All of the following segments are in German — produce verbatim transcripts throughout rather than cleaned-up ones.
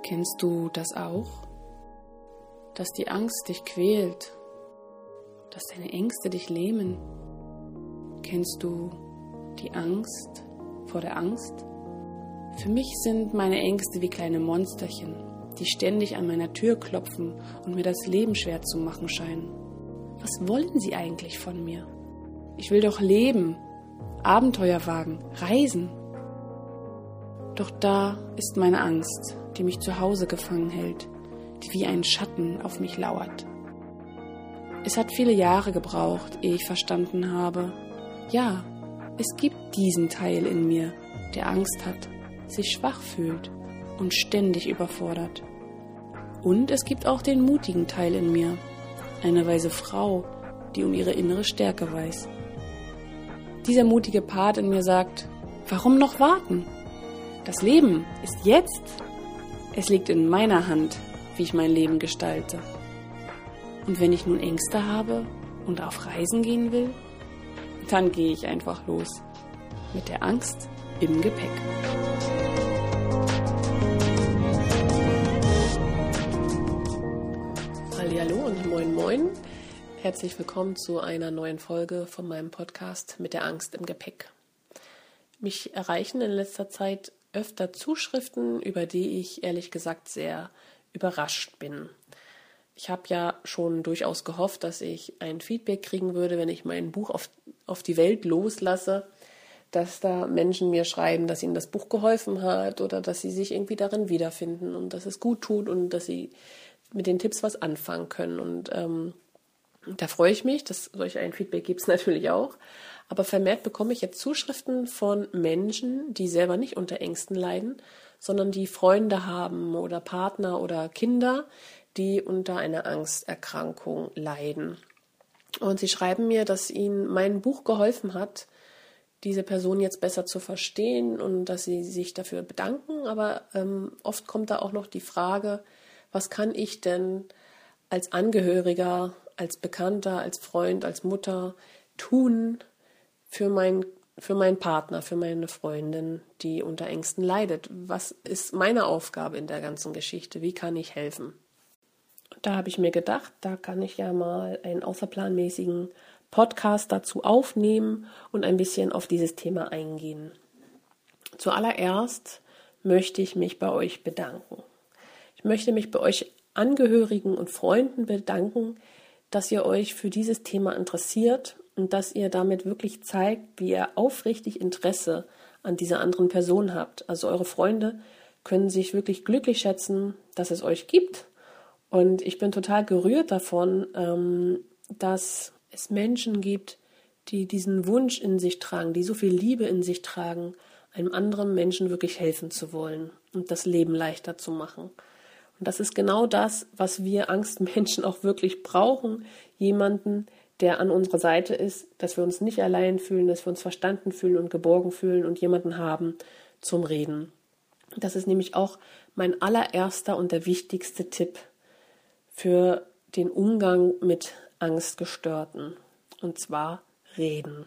Kennst du das auch? Dass die Angst dich quält, dass deine Ängste dich lähmen? Kennst du die Angst vor der Angst? Für mich sind meine Ängste wie kleine Monsterchen, die ständig an meiner Tür klopfen und mir das Leben schwer zu machen scheinen. Was wollen sie eigentlich von mir? Ich will doch leben, Abenteuer wagen, reisen. Doch da ist meine Angst, die mich zu Hause gefangen hält, die wie ein Schatten auf mich lauert. Es hat viele Jahre gebraucht, ehe ich verstanden habe, ja, es gibt diesen Teil in mir, der Angst hat, sich schwach fühlt und ständig überfordert. Und es gibt auch den mutigen Teil in mir, eine weise Frau, die um ihre innere Stärke weiß. Dieser mutige Part in mir sagt, warum noch warten? Das Leben ist jetzt. Es liegt in meiner Hand, wie ich mein Leben gestalte. Und wenn ich nun Ängste habe und auf Reisen gehen will, dann gehe ich einfach los. Mit der Angst im Gepäck. Hallihallo und moin moin. Herzlich willkommen zu einer neuen Folge von meinem Podcast Mit der Angst im Gepäck. Mich erreichen in letzter Zeit öfter Zuschriften, über die ich ehrlich gesagt sehr überrascht bin. Ich habe ja schon durchaus gehofft, dass ich ein Feedback kriegen würde, wenn ich mein Buch auf, auf die Welt loslasse, dass da Menschen mir schreiben, dass ihnen das Buch geholfen hat oder dass sie sich irgendwie darin wiederfinden und dass es gut tut und dass sie mit den Tipps was anfangen können. Und ähm, da freue ich mich, dass solch ein Feedback gibt es natürlich auch. Aber vermehrt bekomme ich jetzt Zuschriften von Menschen, die selber nicht unter Ängsten leiden, sondern die Freunde haben oder Partner oder Kinder, die unter einer Angsterkrankung leiden. Und sie schreiben mir, dass ihnen mein Buch geholfen hat, diese Person jetzt besser zu verstehen und dass sie sich dafür bedanken. Aber ähm, oft kommt da auch noch die Frage, was kann ich denn als Angehöriger, als Bekannter, als Freund, als Mutter tun für, mein, für meinen Partner, für meine Freundin, die unter Ängsten leidet? Was ist meine Aufgabe in der ganzen Geschichte? Wie kann ich helfen? Da habe ich mir gedacht, da kann ich ja mal einen außerplanmäßigen Podcast dazu aufnehmen und ein bisschen auf dieses Thema eingehen. Zuallererst möchte ich mich bei euch bedanken. Ich möchte mich bei euch Angehörigen und Freunden bedanken, dass ihr euch für dieses Thema interessiert und dass ihr damit wirklich zeigt, wie ihr aufrichtig Interesse an dieser anderen Person habt. Also eure Freunde können sich wirklich glücklich schätzen, dass es euch gibt. Und ich bin total gerührt davon, dass es Menschen gibt, die diesen Wunsch in sich tragen, die so viel Liebe in sich tragen, einem anderen Menschen wirklich helfen zu wollen und das Leben leichter zu machen. Und das ist genau das, was wir Angstmenschen auch wirklich brauchen. Jemanden, der an unserer Seite ist, dass wir uns nicht allein fühlen, dass wir uns verstanden fühlen und geborgen fühlen und jemanden haben zum Reden. Das ist nämlich auch mein allererster und der wichtigste Tipp für den Umgang mit Angstgestörten. Und zwar reden.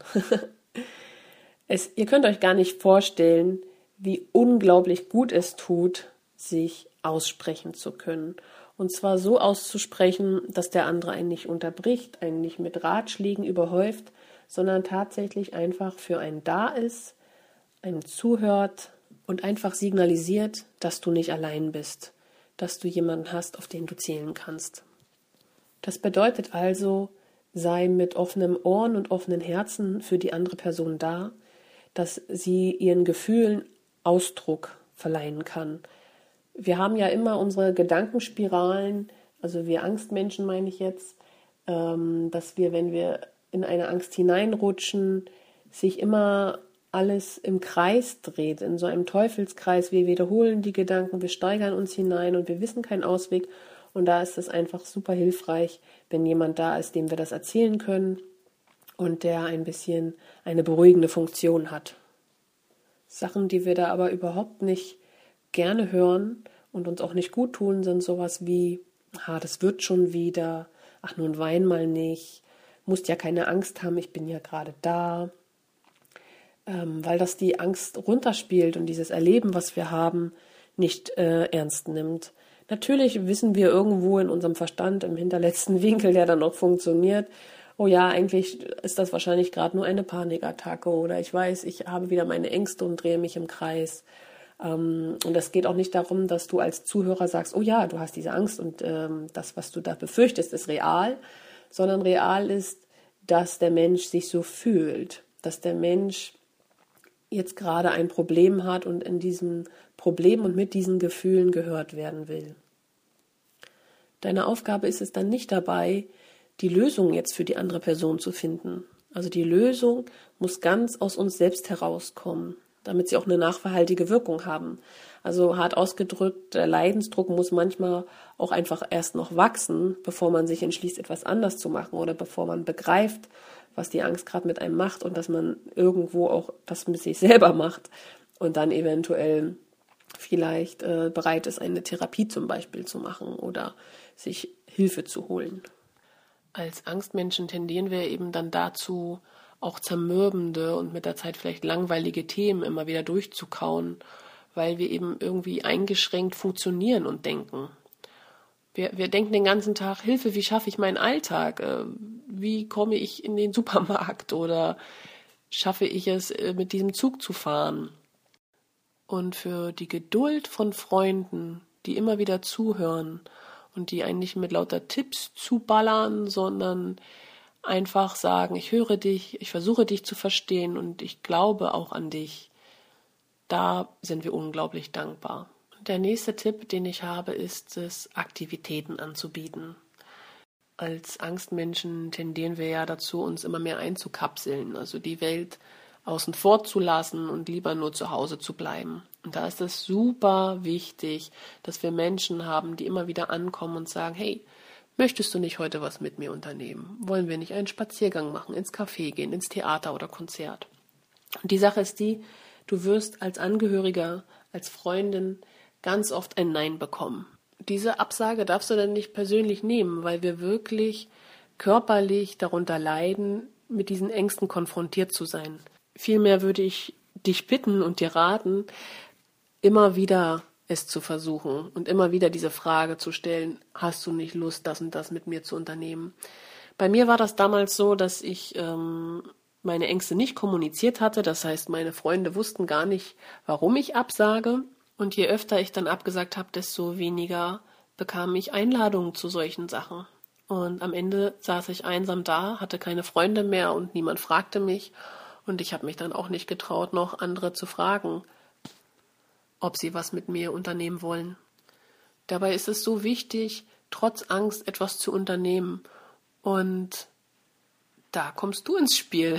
es, ihr könnt euch gar nicht vorstellen, wie unglaublich gut es tut, sich aussprechen zu können. Und zwar so auszusprechen, dass der andere einen nicht unterbricht, einen nicht mit Ratschlägen überhäuft, sondern tatsächlich einfach für einen da ist, einen zuhört und einfach signalisiert, dass du nicht allein bist, dass du jemanden hast, auf den du zählen kannst. Das bedeutet also, sei mit offenen Ohren und offenen Herzen für die andere Person da, dass sie ihren Gefühlen Ausdruck verleihen kann. Wir haben ja immer unsere Gedankenspiralen, also wir Angstmenschen meine ich jetzt, ähm, dass wir, wenn wir in eine Angst hineinrutschen, sich immer alles im Kreis dreht, in so einem Teufelskreis. Wir wiederholen die Gedanken, wir steigern uns hinein und wir wissen keinen Ausweg. Und da ist es einfach super hilfreich, wenn jemand da ist, dem wir das erzählen können und der ein bisschen eine beruhigende Funktion hat. Sachen, die wir da aber überhaupt nicht gerne hören und uns auch nicht gut tun, sind sowas wie, ah, das wird schon wieder, ach nun wein mal nicht, musst ja keine Angst haben, ich bin ja gerade da. Ähm, weil das die Angst runterspielt und dieses Erleben, was wir haben, nicht äh, ernst nimmt. Natürlich wissen wir irgendwo in unserem Verstand, im hinterletzten Winkel, der dann noch funktioniert, oh ja, eigentlich ist das wahrscheinlich gerade nur eine Panikattacke oder ich weiß, ich habe wieder meine Ängste und drehe mich im Kreis. Ähm, und es geht auch nicht darum, dass du als Zuhörer sagst, oh ja, du hast diese Angst und ähm, das, was du da befürchtest, ist real, sondern real ist, dass der Mensch sich so fühlt, dass der Mensch jetzt gerade ein Problem hat und in diesem Problem und mit diesen Gefühlen gehört werden will. Deine Aufgabe ist es dann nicht dabei, die Lösung jetzt für die andere Person zu finden. Also die Lösung muss ganz aus uns selbst herauskommen, damit sie auch eine nachhaltige Wirkung haben. Also hart ausgedrückt, der Leidensdruck muss manchmal auch einfach erst noch wachsen, bevor man sich entschließt, etwas anders zu machen oder bevor man begreift, was die Angst gerade mit einem macht und dass man irgendwo auch das mit sich selber macht und dann eventuell vielleicht äh, bereit ist, eine Therapie zum Beispiel zu machen oder sich Hilfe zu holen. Als Angstmenschen tendieren wir eben dann dazu, auch zermürbende und mit der Zeit vielleicht langweilige Themen immer wieder durchzukauen, weil wir eben irgendwie eingeschränkt funktionieren und denken. Wir, wir denken den ganzen Tag, Hilfe, wie schaffe ich meinen Alltag? Wie komme ich in den Supermarkt? Oder schaffe ich es, mit diesem Zug zu fahren? Und für die Geduld von Freunden, die immer wieder zuhören und die einen nicht mit lauter Tipps zuballern, sondern einfach sagen, ich höre dich, ich versuche dich zu verstehen und ich glaube auch an dich, da sind wir unglaublich dankbar. Der nächste Tipp, den ich habe, ist es, Aktivitäten anzubieten. Als Angstmenschen tendieren wir ja dazu, uns immer mehr einzukapseln, also die Welt außen vor zu lassen und lieber nur zu Hause zu bleiben. Und da ist es super wichtig, dass wir Menschen haben, die immer wieder ankommen und sagen, hey, möchtest du nicht heute was mit mir unternehmen? Wollen wir nicht einen Spaziergang machen, ins Café gehen, ins Theater oder Konzert? Und die Sache ist die, du wirst als Angehöriger, als Freundin ganz oft ein Nein bekommen. Diese Absage darfst du dann nicht persönlich nehmen, weil wir wirklich körperlich darunter leiden, mit diesen Ängsten konfrontiert zu sein. Vielmehr würde ich dich bitten und dir raten, immer wieder es zu versuchen und immer wieder diese Frage zu stellen, hast du nicht Lust, das und das mit mir zu unternehmen? Bei mir war das damals so, dass ich ähm, meine Ängste nicht kommuniziert hatte. Das heißt, meine Freunde wussten gar nicht, warum ich absage. Und je öfter ich dann abgesagt habe, desto weniger bekam ich Einladungen zu solchen Sachen. Und am Ende saß ich einsam da, hatte keine Freunde mehr und niemand fragte mich. Und ich habe mich dann auch nicht getraut, noch andere zu fragen, ob sie was mit mir unternehmen wollen. Dabei ist es so wichtig, trotz Angst etwas zu unternehmen. Und da kommst du ins Spiel.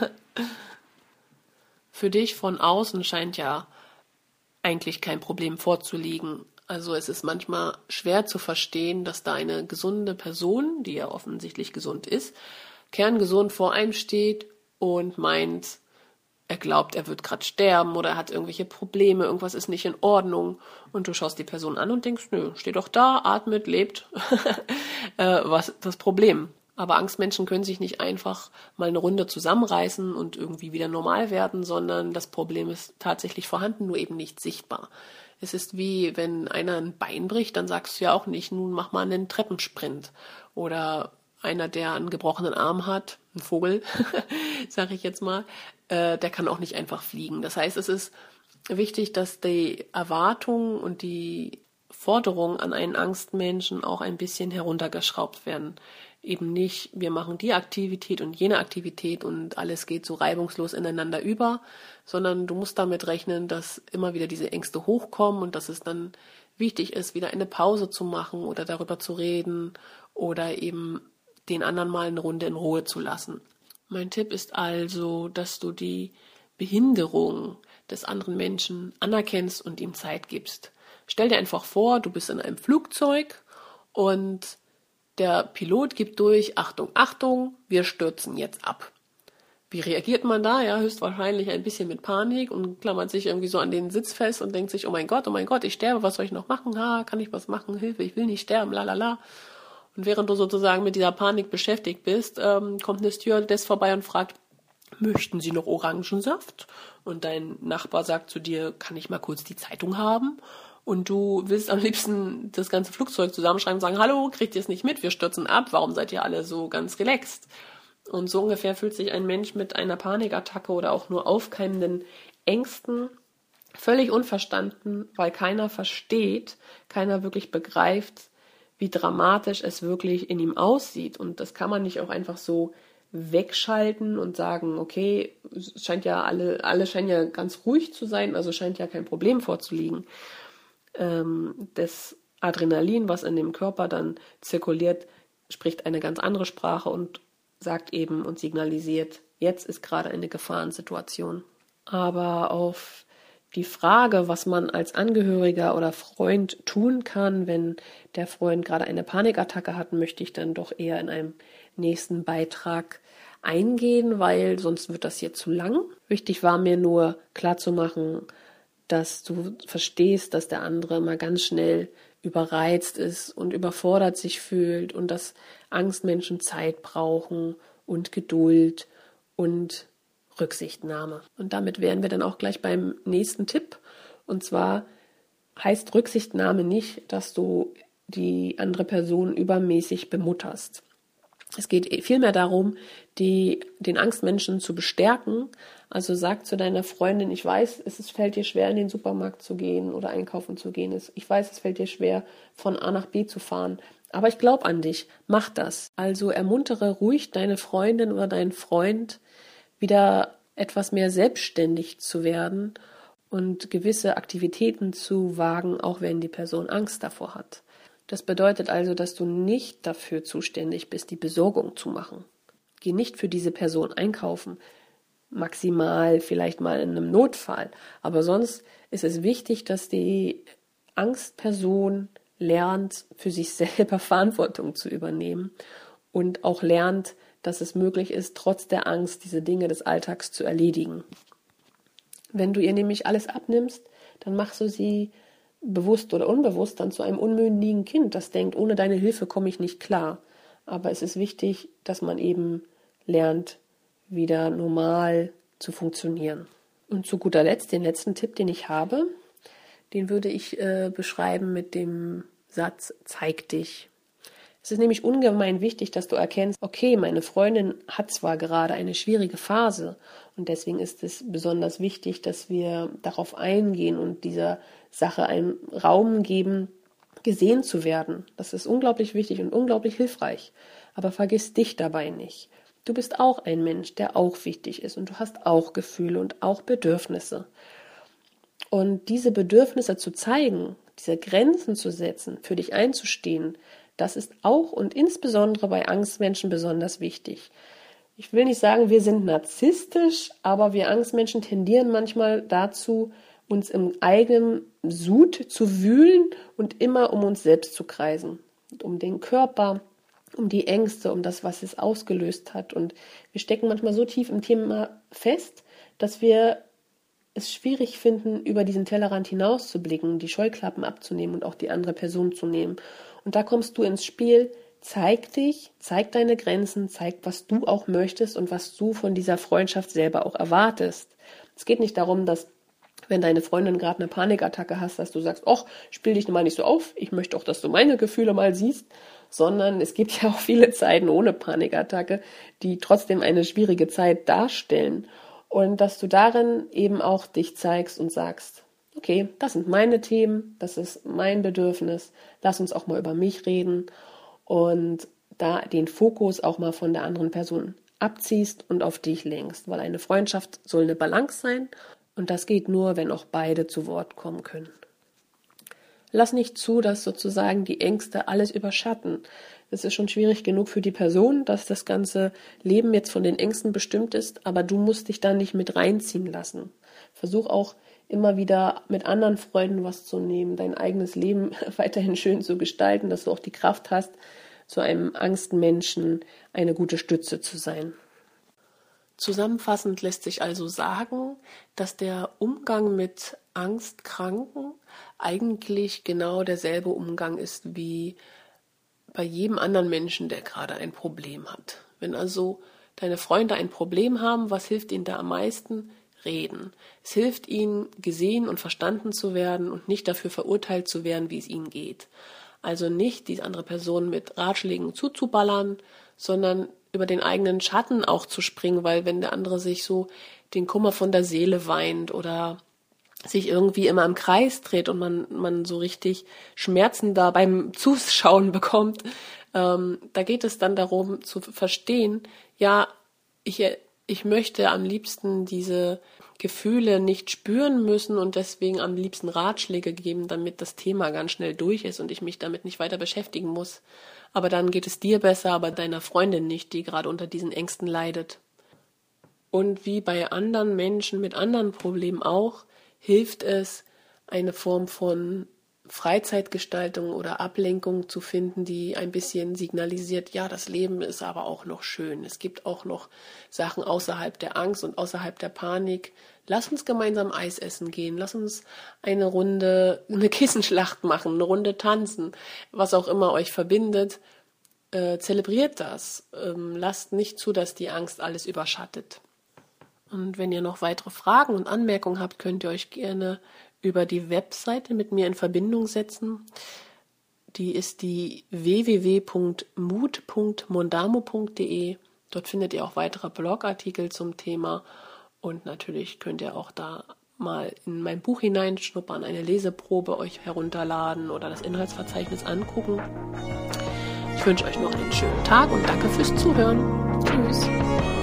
Für dich von außen scheint ja eigentlich kein Problem vorzuliegen. Also es ist manchmal schwer zu verstehen, dass da eine gesunde Person, die ja offensichtlich gesund ist, kerngesund vor einem steht und meint, er glaubt, er wird gerade sterben oder er hat irgendwelche Probleme, irgendwas ist nicht in Ordnung. Und du schaust die Person an und denkst, nö, steht doch da, atmet, lebt. äh, was ist das Problem? Aber Angstmenschen können sich nicht einfach mal eine Runde zusammenreißen und irgendwie wieder normal werden, sondern das Problem ist tatsächlich vorhanden, nur eben nicht sichtbar. Es ist wie, wenn einer ein Bein bricht, dann sagst du ja auch nicht, nun mach mal einen Treppensprint. Oder einer, der einen gebrochenen Arm hat, ein Vogel, sage ich jetzt mal, äh, der kann auch nicht einfach fliegen. Das heißt, es ist wichtig, dass die Erwartungen und die Forderungen an einen Angstmenschen auch ein bisschen heruntergeschraubt werden. Eben nicht, wir machen die Aktivität und jene Aktivität und alles geht so reibungslos ineinander über, sondern du musst damit rechnen, dass immer wieder diese Ängste hochkommen und dass es dann wichtig ist, wieder eine Pause zu machen oder darüber zu reden oder eben den anderen mal eine Runde in Ruhe zu lassen. Mein Tipp ist also, dass du die Behinderung des anderen Menschen anerkennst und ihm Zeit gibst. Stell dir einfach vor, du bist in einem Flugzeug und der Pilot gibt durch, Achtung, Achtung, wir stürzen jetzt ab. Wie reagiert man da? Ja, höchstwahrscheinlich ein bisschen mit Panik und klammert sich irgendwie so an den Sitz fest und denkt sich, oh mein Gott, oh mein Gott, ich sterbe, was soll ich noch machen? Ha, kann ich was machen? Hilfe, ich will nicht sterben, la la la. Und während du sozusagen mit dieser Panik beschäftigt bist, ähm, kommt eine Stewardess vorbei und fragt, möchten Sie noch Orangensaft? Und dein Nachbar sagt zu dir, kann ich mal kurz die Zeitung haben? und du willst am liebsten das ganze Flugzeug zusammenschreiben und sagen, hallo, kriegt ihr es nicht mit, wir stürzen ab, warum seid ihr alle so ganz relaxed? Und so ungefähr fühlt sich ein Mensch mit einer Panikattacke oder auch nur aufkeimenden Ängsten völlig unverstanden, weil keiner versteht, keiner wirklich begreift, wie dramatisch es wirklich in ihm aussieht. Und das kann man nicht auch einfach so wegschalten und sagen, okay, es scheint ja alle, alle scheinen ja ganz ruhig zu sein, also scheint ja kein Problem vorzuliegen. Ähm, das Adrenalin, was in dem Körper dann zirkuliert, spricht eine ganz andere Sprache und sagt eben und signalisiert, jetzt ist gerade eine Gefahrensituation. Aber auf die Frage, was man als Angehöriger oder Freund tun kann, wenn der Freund gerade eine Panikattacke hat, möchte ich dann doch eher in einem nächsten Beitrag eingehen, weil sonst wird das hier zu lang. Wichtig war mir nur klarzumachen, dass du verstehst, dass der andere mal ganz schnell überreizt ist und überfordert sich fühlt und dass Angstmenschen Zeit brauchen und Geduld und Rücksichtnahme. Und damit wären wir dann auch gleich beim nächsten Tipp. Und zwar heißt Rücksichtnahme nicht, dass du die andere Person übermäßig bemutterst. Es geht vielmehr darum, die, den Angstmenschen zu bestärken. Also sag zu deiner Freundin, ich weiß, es ist, fällt dir schwer, in den Supermarkt zu gehen oder einkaufen zu gehen. Ich weiß, es fällt dir schwer, von A nach B zu fahren. Aber ich glaube an dich, mach das. Also ermuntere ruhig deine Freundin oder deinen Freund, wieder etwas mehr selbstständig zu werden und gewisse Aktivitäten zu wagen, auch wenn die Person Angst davor hat. Das bedeutet also, dass du nicht dafür zuständig bist, die Besorgung zu machen. Geh nicht für diese Person einkaufen, maximal vielleicht mal in einem Notfall. Aber sonst ist es wichtig, dass die Angstperson lernt, für sich selber Verantwortung zu übernehmen und auch lernt, dass es möglich ist, trotz der Angst diese Dinge des Alltags zu erledigen. Wenn du ihr nämlich alles abnimmst, dann machst du sie bewusst oder unbewusst dann zu einem unmündigen Kind, das denkt, ohne deine Hilfe komme ich nicht klar. Aber es ist wichtig, dass man eben lernt, wieder normal zu funktionieren. Und zu guter Letzt, den letzten Tipp, den ich habe, den würde ich äh, beschreiben mit dem Satz, zeig dich. Es ist nämlich ungemein wichtig, dass du erkennst, okay, meine Freundin hat zwar gerade eine schwierige Phase und deswegen ist es besonders wichtig, dass wir darauf eingehen und dieser Sache einen Raum geben, gesehen zu werden. Das ist unglaublich wichtig und unglaublich hilfreich. Aber vergiss dich dabei nicht. Du bist auch ein Mensch, der auch wichtig ist und du hast auch Gefühle und auch Bedürfnisse. Und diese Bedürfnisse zu zeigen, diese Grenzen zu setzen, für dich einzustehen, das ist auch und insbesondere bei Angstmenschen besonders wichtig. Ich will nicht sagen, wir sind narzisstisch, aber wir Angstmenschen tendieren manchmal dazu, uns im eigenen Sud zu wühlen und immer um uns selbst zu kreisen. Und um den Körper, um die Ängste, um das, was es ausgelöst hat. Und wir stecken manchmal so tief im Thema fest, dass wir es schwierig finden, über diesen Tellerrand hinauszublicken, die Scheuklappen abzunehmen und auch die andere Person zu nehmen. Und da kommst du ins Spiel, zeig dich, zeig deine Grenzen, zeig, was du auch möchtest und was du von dieser Freundschaft selber auch erwartest. Es geht nicht darum, dass, wenn deine Freundin gerade eine Panikattacke hast, dass du sagst, ach, spiel dich mal nicht so auf, ich möchte auch, dass du meine Gefühle mal siehst, sondern es gibt ja auch viele Zeiten ohne Panikattacke, die trotzdem eine schwierige Zeit darstellen. Und dass du darin eben auch dich zeigst und sagst, okay, das sind meine Themen, das ist mein Bedürfnis, lass uns auch mal über mich reden und da den Fokus auch mal von der anderen Person abziehst und auf dich lenkst, weil eine Freundschaft soll eine Balance sein und das geht nur, wenn auch beide zu Wort kommen können. Lass nicht zu, dass sozusagen die Ängste alles überschatten. Es ist schon schwierig genug für die Person, dass das ganze Leben jetzt von den Ängsten bestimmt ist, aber du musst dich da nicht mit reinziehen lassen. Versuch auch immer wieder mit anderen Freunden was zu nehmen, dein eigenes Leben weiterhin schön zu gestalten, dass du auch die Kraft hast, zu einem Angstmenschen eine gute Stütze zu sein. Zusammenfassend lässt sich also sagen, dass der Umgang mit Angstkranken eigentlich genau derselbe Umgang ist wie bei jedem anderen Menschen, der gerade ein Problem hat. Wenn also deine Freunde ein Problem haben, was hilft ihnen da am meisten? reden. Es hilft ihnen, gesehen und verstanden zu werden und nicht dafür verurteilt zu werden, wie es ihnen geht. Also nicht die andere Person mit Ratschlägen zuzuballern, sondern über den eigenen Schatten auch zu springen, weil wenn der andere sich so den Kummer von der Seele weint oder sich irgendwie immer im Kreis dreht und man, man so richtig Schmerzen da beim Zuschauen bekommt, ähm, da geht es dann darum zu verstehen, ja, ich, ich möchte am liebsten diese Gefühle nicht spüren müssen und deswegen am liebsten Ratschläge geben, damit das Thema ganz schnell durch ist und ich mich damit nicht weiter beschäftigen muss. Aber dann geht es dir besser, aber deiner Freundin nicht, die gerade unter diesen Ängsten leidet. Und wie bei anderen Menschen mit anderen Problemen auch, hilft es, eine Form von Freizeitgestaltung oder Ablenkung zu finden, die ein bisschen signalisiert, ja, das Leben ist aber auch noch schön. Es gibt auch noch Sachen außerhalb der Angst und außerhalb der Panik. Lass uns gemeinsam Eis essen gehen. Lass uns eine Runde, eine Kissenschlacht machen, eine Runde tanzen, was auch immer euch verbindet. Äh, zelebriert das. Ähm, lasst nicht zu, dass die Angst alles überschattet. Und wenn ihr noch weitere Fragen und Anmerkungen habt, könnt ihr euch gerne über die Webseite mit mir in Verbindung setzen. Die ist die w w w punkt mut punkt mondamo punkt d e. Dort findet ihr auch weitere Blogartikel zum Thema und natürlich könnt ihr auch da mal in mein Buch hineinschnuppern, eine Leseprobe euch herunterladen oder das Inhaltsverzeichnis angucken. Ich wünsche euch noch einen schönen Tag und danke fürs Zuhören. Tschüss.